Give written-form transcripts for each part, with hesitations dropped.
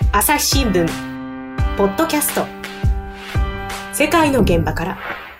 朝日新聞ポッドキャスト、世界の現場から。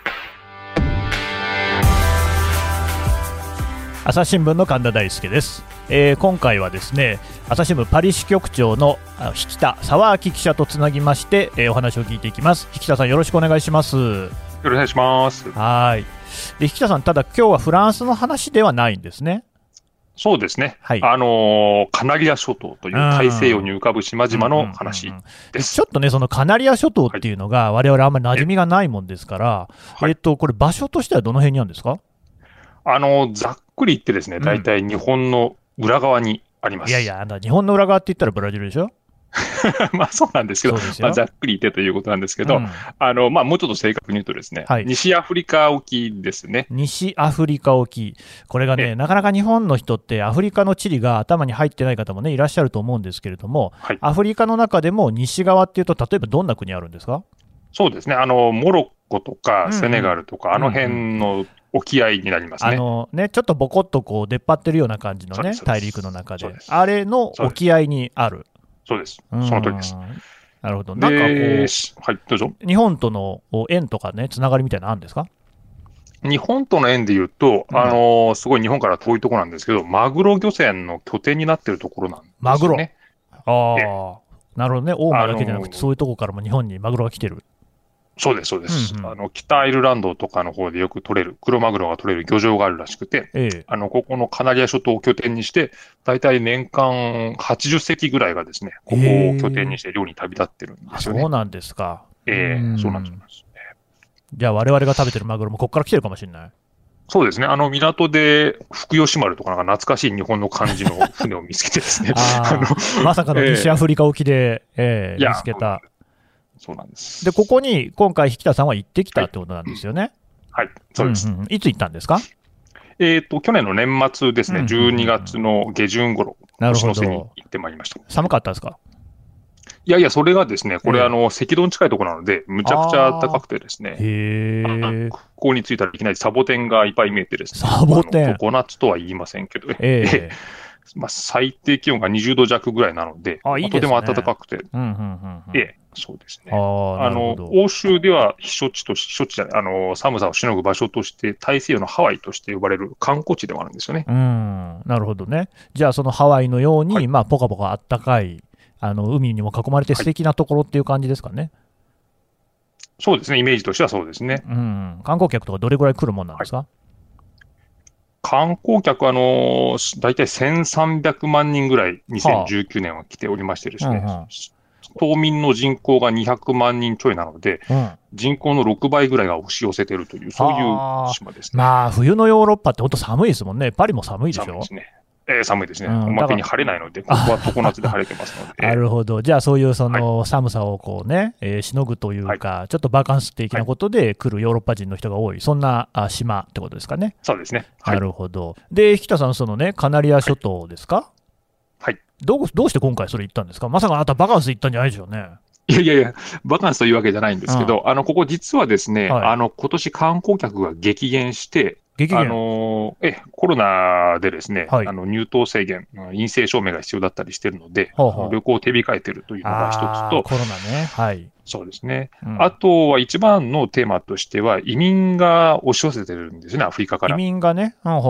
朝日新聞の神田大輔です。今回はですね、朝日新聞パリ支局長の引田沢明記者とつなぎまして、お話を聞いていきます。引田さん、よろしくお願いします。よろしくお願いします。 はい。で、引田さん、ただ今日はフランスの話ではないんですね。 そうですね、はい、カナリア諸島という大西洋に浮かぶ島々の話です。 ちょっとね、そのカナリア諸島っていうのが我々あんまり馴染みがないもんですから、はい、これ場所としてはどの辺にあるんですか？ ざっくり言ってですね、大体日本の裏側にあります。 いやいや、日本の裏側って言ったらブラジルでしょ？ まあそうなんですけど、ざっくり言ってということなんですけど、もうちょっと正確に言うとですね、はい、西アフリカ沖ですね。 西アフリカ沖。これがね、なかなか日本の人ってアフリカの地理が頭に入ってない方もね、いらっしゃると思うんですけれども、はい、アフリカの中でも西側っていうと、例えばどんな国あるんですか？ そうですね、モロッコとかセネガルとか、あの辺の沖合になりますね。 ちょっとボコッとこう出っ張ってるような感じのね、大陸の中で、あれの沖合にある。 そうです。その通りです。 なるほど。なんかこう、 はい、どうぞ。 日本との縁とかね、つながりみたいなのあるんですか？ 日本との縁でいうと、すごい日本から遠いところなんですけど、マグロ漁船の拠点になっているところなんですよね。 マグロ。ああ、なるほどね。大間だけじゃなくて、そういうところからも日本にマグロが来てる。 そうです、そうです。北アイルランドとかの方でよく取れる、黒マグロが取れる漁場があるらしくて、ここのカナリア諸島を拠点にして、大体年間80隻ぐらいがですね、ここを拠点にして漁に旅立ってるんですよね。 そうなんですか。 そうなんです。 じゃあ我々が食べてるマグロもここから来てるかもしれない。 そうですね。港で福吉丸とかなんか懐かしい日本の感じの船を見つけてですね。 まさかの西アフリカ沖で、見つけた。 そうなんです。 で、ここに今回、引田さんは行ってきたってことなんですよね。 はい、そうです。 いつ行ったんですか？ 去年の年末ですね、12月の下旬頃、年の瀬に行ってまいりました。 寒かったですか？ いやいや、それがですね、これ、赤道に近いところなので、むちゃくちゃ暖かくてですね、空港に着いたらいきなりサボテンがいっぱい見えてですね、 サボテン常夏とは言いませんけど、最低気温が20度弱ぐらいなので、とても暖かくて、そうですね。欧州では寒さをしのぐ場所として、大西洋のハワイとして呼ばれる観光地でもあるんですよね。 なるほどね。じゃあ、そのハワイのように、ポカポカ暖かい、海にも囲まれて素敵なところっていう感じですかね。 そうですね、イメージとしてはそうですね。 観光客とかどれぐらい来るもんなんですか？ 観光客は、大体1300万人ぐらい、2019年は来ておりましてですね、島民の人口が200万人ちょいなので、人口の6倍ぐらいが押し寄せているという、そういう島ですね。 冬のヨーロッパって本当寒いですもんね。パリも寒いでしょ？ 寒いですね。寒いですね。おまけに晴れないので、ここは常夏で晴れてますので。 なるほど。じゃあ、そういうその寒さをこうね、しのぐというか、ちょっとバカンス的なことで来るヨーロッパ人の人が多い、そんな島ってことですかね。 そうですね。 なるほど。で、引田さん、そのね、カナリア諸島ですか？ はい。 どうして今回それ行ったんですか？まさかあなたバカンス行ったんじゃないでしょうね。 いや、バカンスというわけじゃないんですけど、ここ実はですね、今年観光客が激減して、コロナでですね、入島制限、陰性証明が必要だったりしているので、旅行を手控えているというのが一つと、 コロナね。はい。 そうですね。あとは一番のテーマとしては、移民が押し寄せてるんですね、アフリカから。 移民がね。ア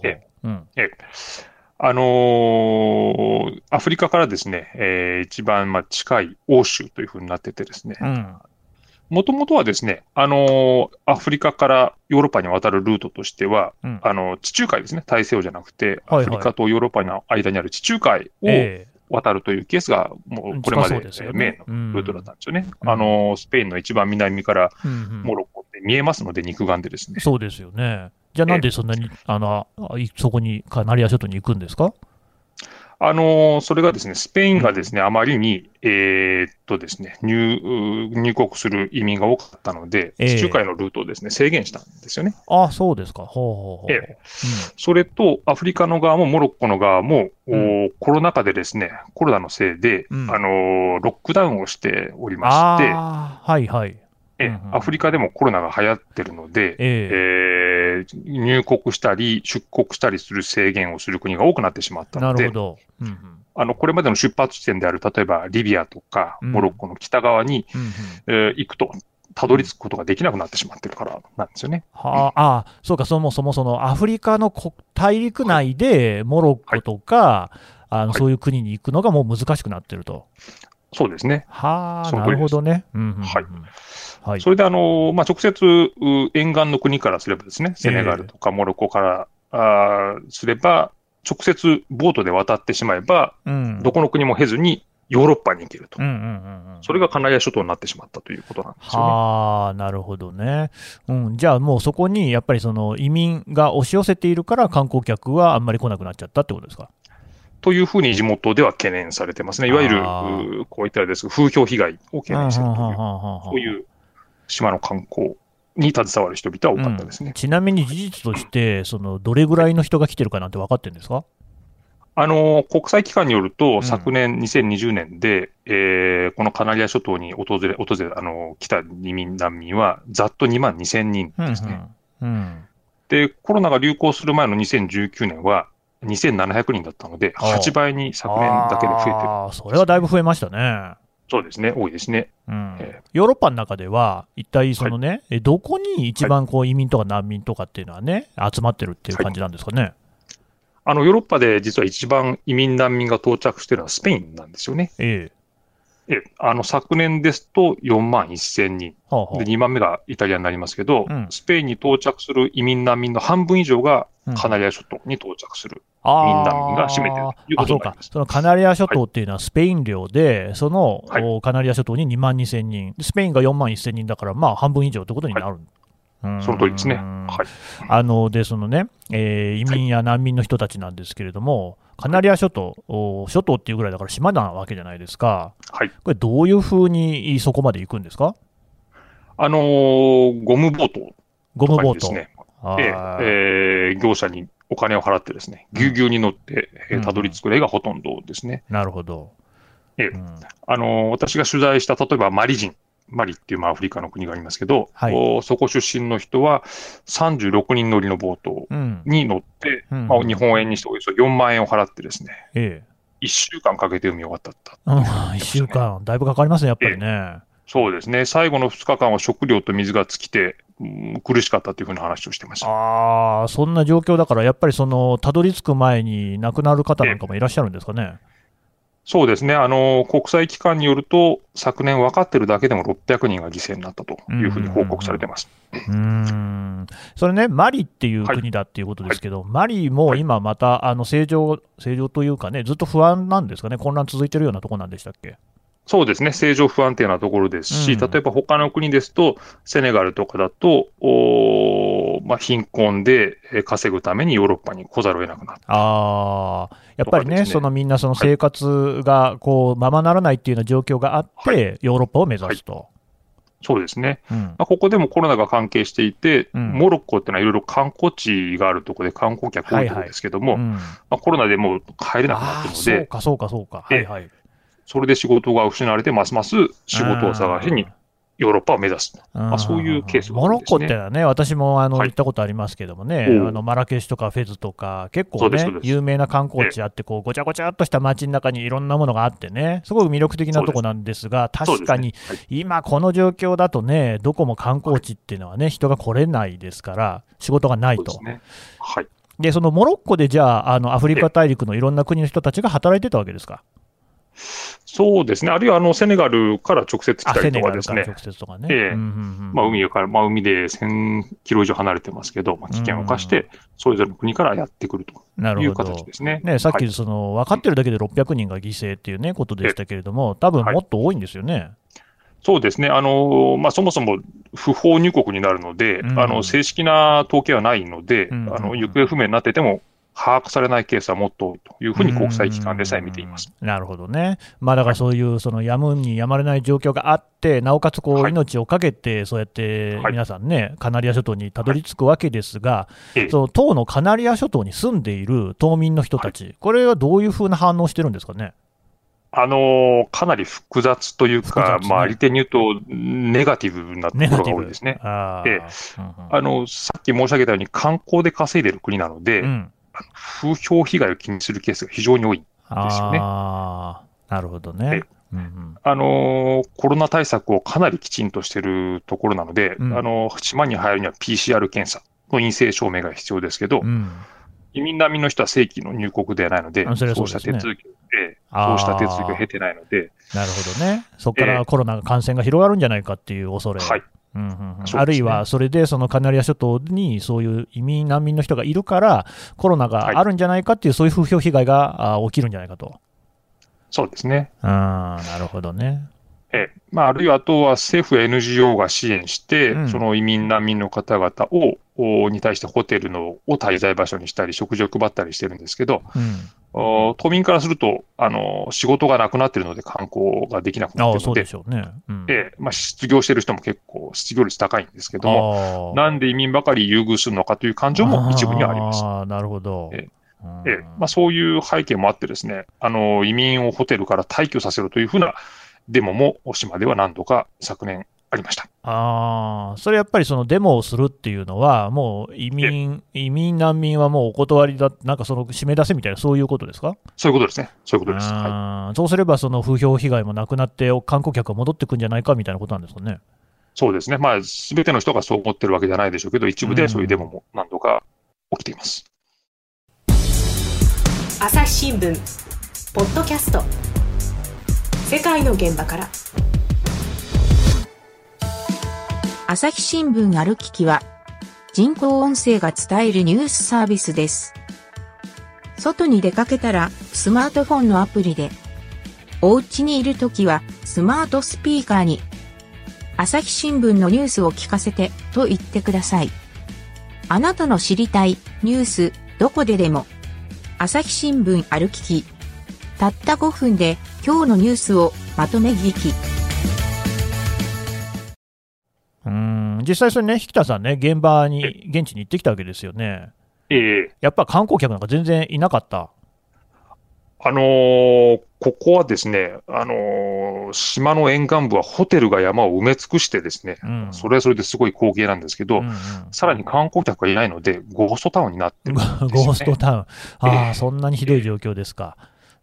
フリカからですね、一番近い欧州というふうになっててですね、もともとはですね、アフリカからヨーロッパに渡るルートとしては、地中海ですね、大西洋じゃなくて、アフリカとヨーロッパの間にある地中海を渡るというケースが、もうこれまでメインのルートだったんですよね。スペインの一番南からモロッコって見えますので、肉眼でですね。 そうですよね。じゃあなんでそんなに、そこにカナリア諸島に行くんですか？ それがですね、スペインがですね、あまりに、ですね、入国する移民が多かったので、地中海のルートをですね、制限したんですよね。 そうですか。 それと、アフリカの側もモロッコの側も、コロナ禍でですね、コロナのせいで、ロックダウンをしておりまして、アフリカでもコロナが流行ってるので、入国したり出国したりする制限をする国が多くなってしまったので、 これまでの出発地点である、例えばリビアとかモロッコの北側に、行くと、たどり着くことができなくなってしまってるからなんですよね。 そうか、そもそもそのアフリカの大陸内でモロッコとか、そういう国に行くのがもう難しくなってると。 そうですね。 なるほどね。 それで直接沿岸の国からすればですね、セネガルとかモロッコからすれば、直接ボートで渡ってしまえば、どこの国も経ずにヨーロッパに行けると。それがカナリア諸島になってしまったということなんですよね。 なるほどね。じゃあもうそこにやっぱりその移民が押し寄せているから観光客はあんまり来なくなっちゃったってことですか？ というふうに地元では懸念されてますね。いわゆる、こういったですが、風評被害を懸念しているという、そういう島の観光に携わる人々は多かったですね。 ちなみに事実として、どれぐらいの人が来てるかなんて分かってるんですか？ 国際機関によると、昨年2020年で、このカナリア諸島に訪れ、来た移民、難民は、ざっと2万2000人ですね。で、コロナが流行する前の2019年は、2700人だったので、8倍に昨年だけで増えてる。 それはだいぶ増えましたね。 そうですね、多いですね。 ヨーロッパの中では、一体どこに一番移民とか難民とかっていうのはね、集まってるっていう感じなんですかね。 ヨーロッパで実は一番移民難民が到着しているのはスペインなんですよね。昨年ですと4万1000人。で、2番目がイタリアになりますけど、スペインに到着する移民難民の半分以上がカナリア諸島に到着する移民難民が占めているということになります。 そのカナリア諸島っていうのはスペイン領で、そのカナリア諸島に2万2000人、スペインが4万1000人だから、まあ半分以上ということになる。 その通りですね。 移民や難民の人たちなんですけれども、カナリア諸島、諸島っていうぐらいだから島なわけじゃないですか。これどういうふうにそこまで行くんですか？ ゴムボートとかにですね、業者にお金を払ってですね、ぎゅうぎゅうに乗ってたどり着く例がほとんどですね。 なるほど。 私が取材した、例えばマリっていうアフリカの国がありますけど、そこ出身の人は36人乗りのボートに乗って、日本円にしておよそ4万円を払ってですね、1週間かけて海を渡った。 1週間、だいぶかかりますね、やっぱりね。 そうですね。最後の2日間は食料と水が尽きて、苦しかったというふうな話をしてました。 そんな状況だから、やっぱりたどり着く前に亡くなる方なんかもいらっしゃるんですかね。 そうですね。国際機関によると、昨年分かってるだけでも600人が犠牲になったというふうに報告されてます。 それね、マリっていう国だっていうことですけど、マリも今また、正常というかね、ずっと不安なんですかね、混乱続いてるようなところなんでしたっけ？ そうですね。政情不安定なところですし、例えば他の国ですと、セネガルとかだと、貧困で稼ぐためにヨーロッパに来ざるを得なくなった。 やっぱりね、みんな生活がままならないっていうような状況があって、ヨーロッパを目指すと。 そうですね。ここでもコロナが関係していて、モロッコっていうのはいろいろ観光地があるところで観光客多いところですけども、コロナでもう帰れなくなってるので、 そうか。 それで仕事が失われて、ますます仕事を探しにヨーロッパを目指す。そういうケースがモロッコってのはね、私も行ったことありますけどもね、マラケシュとかフェズとか、結構ね、有名な観光地あって、ごちゃごちゃっとした街の中にいろんなものがあってね、すごい魅力的なとこなんですが、確かに今この状況だとね、どこも観光地っていうのはね、人が来れないですから、仕事がないと。で、そのモロッコでじゃあ、アフリカ大陸のいろんな国の人たちが働いてたわけですか？ そうですね。あるいはセネガルから直接来たりとかですね。海で1000キロ以上離れてますけど、危険を冒して、それぞれの国からやってくるという形ですね。 さっき分かってるだけで600人が犠牲っていうね、ことでしたけれども、多分もっと多いんですよね。 そうですね。そもそも不法入国になるので、正式な統計はないので、行方不明になってても、把握されないケースはもっと多いというふうに国際機関でさえ見ています。 なるほどね。だからそういうやむにやまれない状況があって、なおかつ命をかけて、そうやって皆さんね、カナリア諸島にたどり着くわけですが、当のカナリア諸島に住んでいる島民の人たち、これはどういうふうな反応してるんですかね。 かなり複雑というか、利点に言うと、ネガティブなところが多いですね。さっき申し上げたように、観光で稼いでいる国なので、風評被害を気にするケースが非常に多い。 ですよね。 なるほどね。 コロナ対策をかなりきちんとしているところなので、島に入るには PCR 検査の陰性証明が必要ですけど、移民難民の人は正規の入国ではないので、そうした手続きを経てないので。 なるほどね。そこからコロナ感染が広がるんじゃないかっていう恐れ。 はい。 あるいはそれでそのカナリア諸島にそういう移民難民の人がいるからコロナがあるんじゃないかっていう、そういう風評被害が起きるんじゃないかと。 そうですね。 なるほどね。 あるいはあとは政府や NGO が支援して、その移民難民の方々に対してホテルを滞在場所にしたり、食事を配ったりしてるんですけど、島民からすると、仕事がなくなっているので観光ができなくなっているので、 そうでしょうね。 失業している人も結構失業率高いんですけども、なんで移民ばかり優遇するのかという感情も一部にはあります。 なるほど。 そういう背景もあってですね、移民をホテルから退去させろというふうなデモも島では何度か昨年ありました。 それやっぱりそのデモをするっていうのは、もう移民難民はもうお断りだ、なんかその締め出せみたいな、そういうことですか？ そういうことですね。そういうことです。 そうすれば、その風評被害もなくなって、観光客が戻ってくるんじゃないかみたいなことなんですかね。 そうですね。すべての人がそう思ってるわけじゃないでしょうけど、一部でそういうデモも何度か起きています。 朝日新聞ポッドキャスト、世界の現場から。 朝日新聞ある聞きは人工音声が伝えるニュースサービスです。外に出かけたらスマートフォンのアプリで、お家にいるときはスマートスピーカーに朝日新聞のニュースを聞かせてと言ってください。あなたの知りたいニュースどこででも朝日新聞ある聞き。たった5分で今日のニュースをまとめ聞き。 実際それね、引田さんね、現地に行ってきたわけですよね。やっぱ観光客なんか全然いなかった。 ここはですね、島の沿岸部はホテルが山を埋め尽くしてですね、それはそれですごい光景なんですけど、さらに観光客がいないので、ゴーストタウンになってるんですよね。 ゴーストタウン。そんなにひどい状況ですか。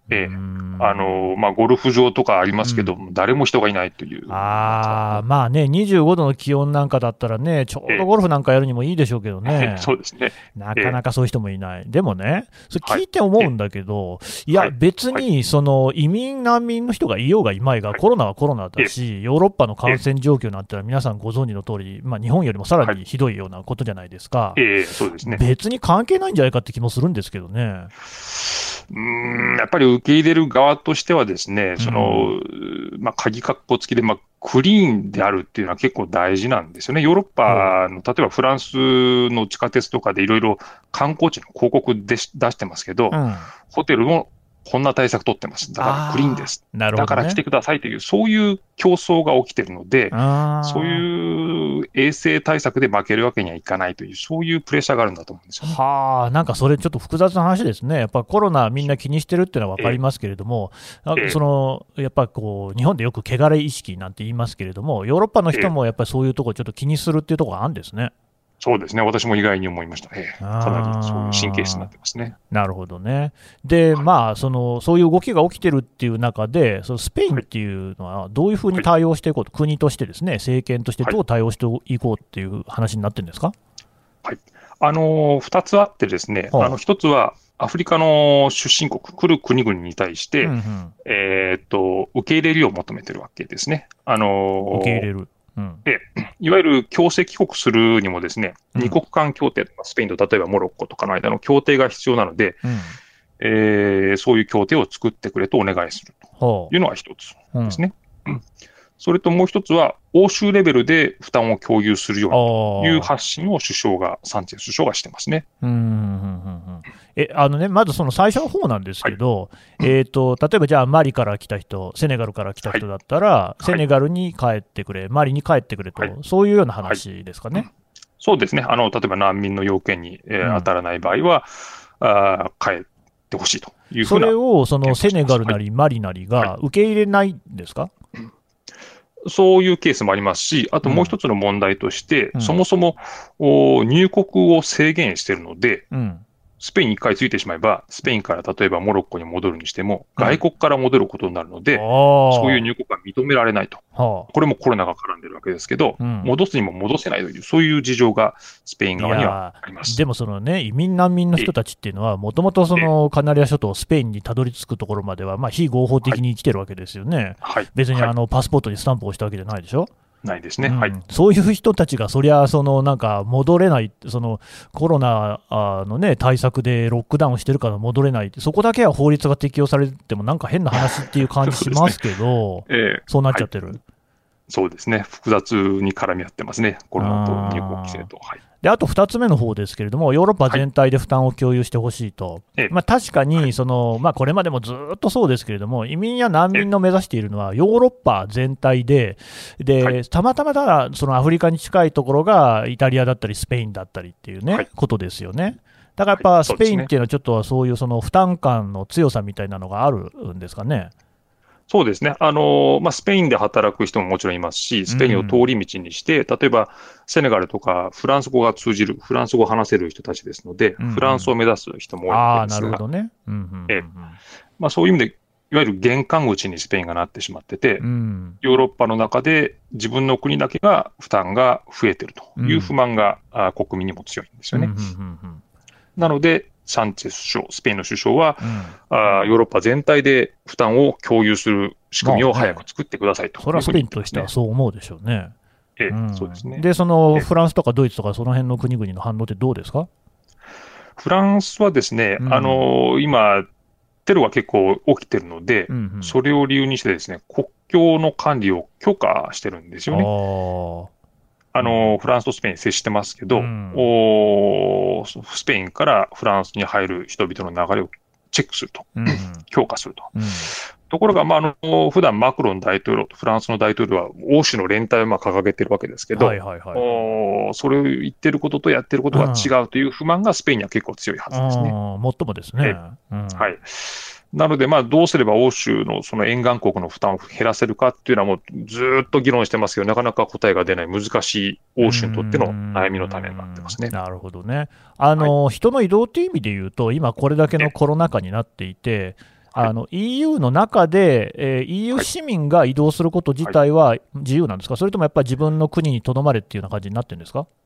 ゴルフ場とかありますけど、誰も人がいないという。 25度の気温なんかだったらね、ちょうどゴルフなんかやるにもいいでしょうけどね。 そうですね。 なかなかそういう人もいない。でもね、それ聞いて思うんだけど、別にその移民難民の人がいようがいまいが、コロナはコロナだし、ヨーロッパの感染状況なんてのは皆さんご存知の通り、日本よりもさらにひどいようなことじゃないですか。 そうですね。 別に関係ないんじゃないかって気もするんですけどね。 やっぱり受け入れる側としてはですね、鍵括弧付きで、クリーンであるっていうのは結構大事なんですよね。ヨーロッパの、例えばフランスの地下鉄とかでいろいろ観光地の広告で出してますけど、ホテルもこんな対策取ってます。だからクリーンです。だから来てくださいという、そういう競争が起きてるので、そういう衛生対策で負けるわけにはいかないという、そういうプレッシャーがあるんだと思うんですよね。 なんかそれちょっと複雑な話ですね。やっぱコロナみんな気にしてるっていうのは分かりますけれども、やっぱこう、日本でよく汚れ意識なんて言いますけれども、ヨーロッパの人もやっぱりそういうところちょっと気にするっていうところがあるんですね。 そうですね、私も意外に思いました。かなりそういう神経質になってますね。 なるほどね。で、そういう動きが起きてるっていう中で、スペインっていうのは、どういうふうに対応していこうと、国としてですね、政権としてどう対応していこうっていう話になってるんですか ？2つあってですね、1つは、アフリカの出身国、来る国々に対して、受け入れるよう求めてるわけですね。 受け入れる。 いわゆる強制帰国するにもですね、二国間協定とか、スペインと例えばモロッコとかの間の協定が必要なので、そういう協定を作ってくれとお願いするというのが一つですね。それともう一つは、欧州レベルで負担を共有するようにという発信をサンチェス首相がしてますね。 まずその最初の方なんですけど、例えばじゃあマリから来た人、セネガルから来た人だったら、セネガルに帰ってくれ、マリに帰ってくれと、そういうような話ですかね。 そうですね。例えば難民の要件に当たらない場合は、帰ってほしいというふうな。 それをそのセネガルなりマリなりが受け入れないんですか？ そういうケースもありますし、あともう一つの問題として、そもそも入国を制限しているので、 スペインに1回ついてしまえば、スペインから例えばモロッコに戻るにしても、外国から戻ることになるので、そういう入国が認められないと。これもコロナが絡んでるわけですけど、戻すにも戻せないという、そういう事情がスペイン側にはあります。 でもそのね、移民難民の人たちっていうのは、もともとそのカナリア諸島、スペインにたどり着くところまでは、非合法的に生きてるわけですよね。別にパスポートにスタンプをしたわけじゃないでしょ。 ないですね、 そういう人たちが、そりゃなんか戻れない、コロナの、ね、対策でロックダウンしてるから戻れない、そこだけは法律が適用されても、なんか変な話っていう感じしますけど、そうなっちゃってる、 そうですね、複雑に絡み合ってますね、コロナと入国規制と。 であと2つ目の方ですけれども、ヨーロッパ全体で負担を共有してほしいと、確かにこれまでもずっとそうですけれども、移民や難民の目指しているのはヨーロッパ全体で、たまたまそのアフリカに近いところがイタリアだったりスペインだったりっていうね、ことですよね。だからやっぱスペインっていうのは、ちょっとそういう負担感の強さみたいなのがあるんですかね。 そうですね。スペインで働く人ももちろんいますし、スペインを通り道にして、例えばセネガルとかフランス語が通じる、フランス語を話せる人たちですので、フランスを目指す人も多いわけですが、 なるほどね。 そういう意味で、いわゆる玄関口にスペインがなってしまってて、ヨーロッパの中で自分の国だけが負担が増えてるという不満が、国民にも強いんですよね。なので、サンチェス首相、スペインの首相は、ヨーロッパ全体で負担を共有する仕組みを早く作ってくださいと、 それはスペインとしてはそう思うでしょうね。 そうですね。 で、フランスとかドイツとか、その辺の国々の反応ってどうですか？ フランスはですね、今、テロが結構起きてるので、それを理由にしてですね、国境の管理を許可してるんですよね。フランスとスペイン接してますけど、スペインからフランスに入る人々の流れをチェックすると、評価すると。ところが、普段マクロン大統領とフランスの大統領は欧州の連帯を掲げてるわけですけど、それを言ってることとやってることが違うという不満がスペインには結構強いはずですね。 もっともですね。 なので、どうすれば欧州のその沿岸国の負担を減らせるかっていうのはもうずっと議論してますけど、なかなか答えが出ない難しい欧州にとっての悩みの種になってますね。 なるほどね。人の移動という意味で言うと、今これだけのコロナ禍になっていて、EU の中で、EU 市民が移動すること自体は自由なんですか？それともやっぱり自分の国にとどまれっていうような感じになってるんですか？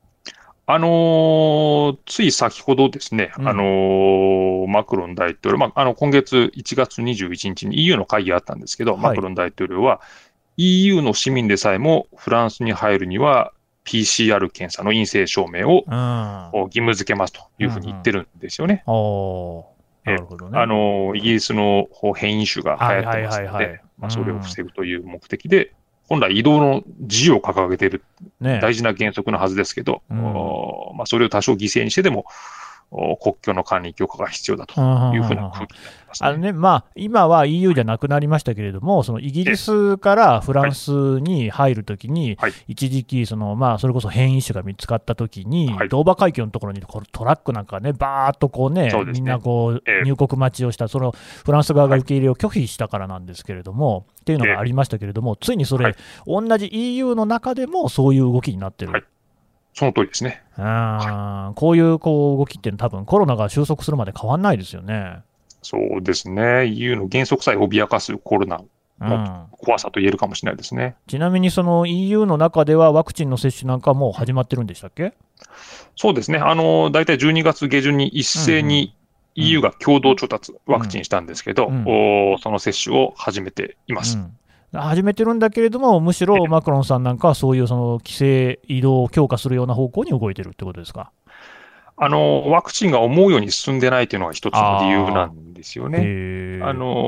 つい先ほどですね、マクロン大統領、今月1月21日に EU の会議があったんですけど、マクロン大統領は EU の市民でさえもフランスに入るには PCR 検査の陰性証明を義務付けますというふうに言ってるんですよね。 なるほどね。 イギリスの変異種が流行ってますので、それを防ぐという目的で、本来移動の自由を掲げている大事な原則のはずですけど、それを多少犠牲にしてでも、国境の管理許可が必要だというふうな空気になってますね。 今は EU じゃなくなりましたけれども、そのイギリスからフランスに入るときに、一時期それこそ変異種が見つかったときに、ドーバー海峡のところにトラックなんかね、バーっとみんな入国待ちをした、そのフランス側が受け入れを拒否したからなんですけれども、っていうのがありましたけれども、ついにそれ、同じ EU の中でもそういう動きになってる。 その通りですね。 こういう動きっていうのは多分コロナが収束するまで変わんないですよね。 そうですね。EU の原則さえ脅かすコロナの怖さと言えるかもしれないですね。 ちなみにその EU の中ではワクチンの接種なんかもう始まってるんでしたっけ？ そうですね。大体12月下旬に一斉に EU が共同調達、ワクチンしたんですけど、その接種を始めています。 始めてるんだけれども、むしろマクロンさんなんかはそういう規制、移動を強化するような方向に動いてるってことですか？ ワクチンが思うように進んでないというのが一つの理由なんですよね。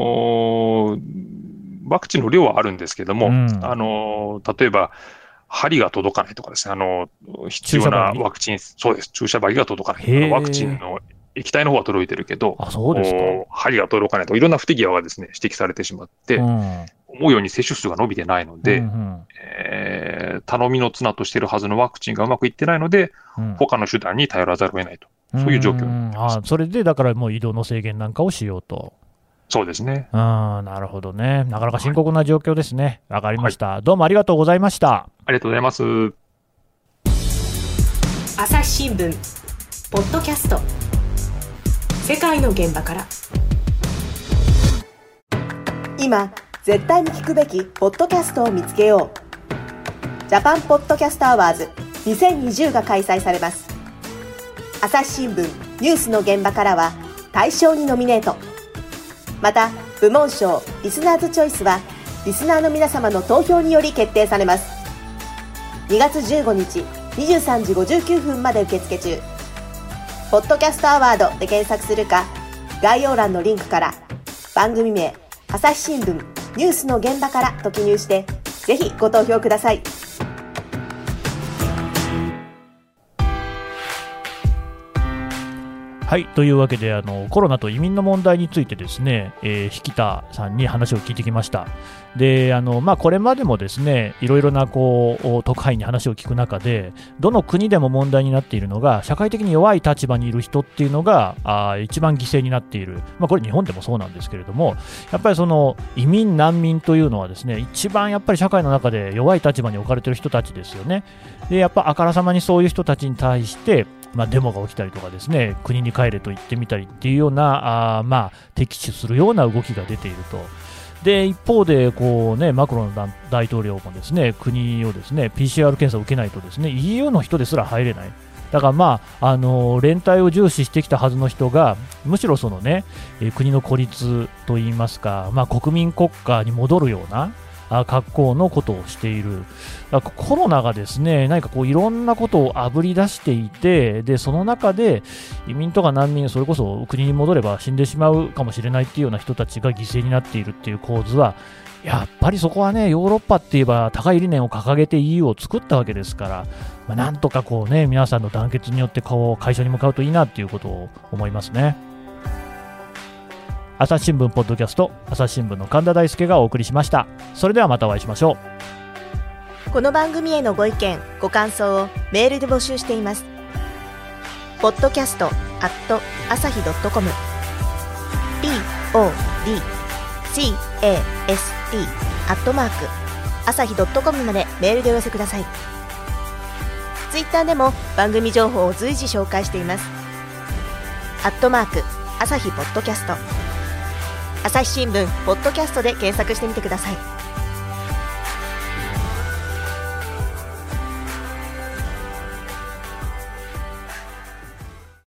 ワクチンの量はあるんですけども、例えば、針が届かないとかですね、必要なワクチン、そうです、注射針が届かない。ワクチンの液体の方は届いてるけど、針が届かないとか、いろんな不手際がですね、指摘されてしまって、思うように接種数が伸びてないので、頼みの綱としているはずのワクチンがうまくいってないので、他の手段に頼らざるを得ないと、そういう状況になってます。 それで、だからもう移動の制限なんかをしようと。 そうですね。 なるほどね。なかなか深刻な状況ですね。わかりました。どうもありがとうございました。 ありがとうございます。 朝日新聞ポッドキャスト世界の現場から。 今絶対に聞くべきポッドキャストを見つけよう。ジャパンポッドキャストアワーズ2020が開催されます。朝日新聞ニュースの現場からは大賞にノミネート。また部門賞リスナーズチョイスはリスナーの皆様の投票により決定されます。2月15日23時59分まで受付中。ポッドキャストアワードで検索するか、概要欄のリンクから番組名朝日新聞ニュースの現場からと記入してぜひご投票ください。 はい。というわけで、コロナと移民の問題についてですね、引田さんに話を聞いてきました。で、これまでもですね、いろいろな、特派員に話を聞く中で、どの国でも問題になっているのが、社会的に弱い立場にいる人っていうのが、一番犠牲になっている。これ日本でもそうなんですけれども、やっぱりその、移民、難民というのはですね、一番やっぱり社会の中で弱い立場に置かれている人たちですよね。で、やっぱあからさまにそういう人たちに対して、デモが起きたりとかですね、国に帰れと言ってみたりっていうような、敵視するような動きが出ていると。で、一方で、マクロン大統領もですね、国をですね、PCR 検査を受けないとですね、EU の人ですら入れない。だから連帯を重視してきたはずの人が、むしろそのね、国の孤立といいますか、国民国家に戻るような、格好のことをしている。コロナがですね、何かいろんなことをあぶり出していて、で、その中で移民とか難民、それこそ国に戻れば死んでしまうかもしれないっていうような人たちが犠牲になっているっていう構図は、やっぱりそこはね、ヨーロッパって言えば高い理念を掲げて EU を作ったわけですから、なんとか皆さんの団結によって解消に向かうといいなっていうことを思いますね。朝日新聞ポッドキャスト、朝日新聞の神田大輔がお送りしました。それではまたお会いしましょう。この番組へのご意見ご感想をメールで募集しています。podcast@朝日.com podcast@ 朝日.com までメールでお寄せください。ツイッターでも番組情報を随時紹介しています。朝日ポッドキャスト、朝日新聞ポッドキャストで検索してみてください。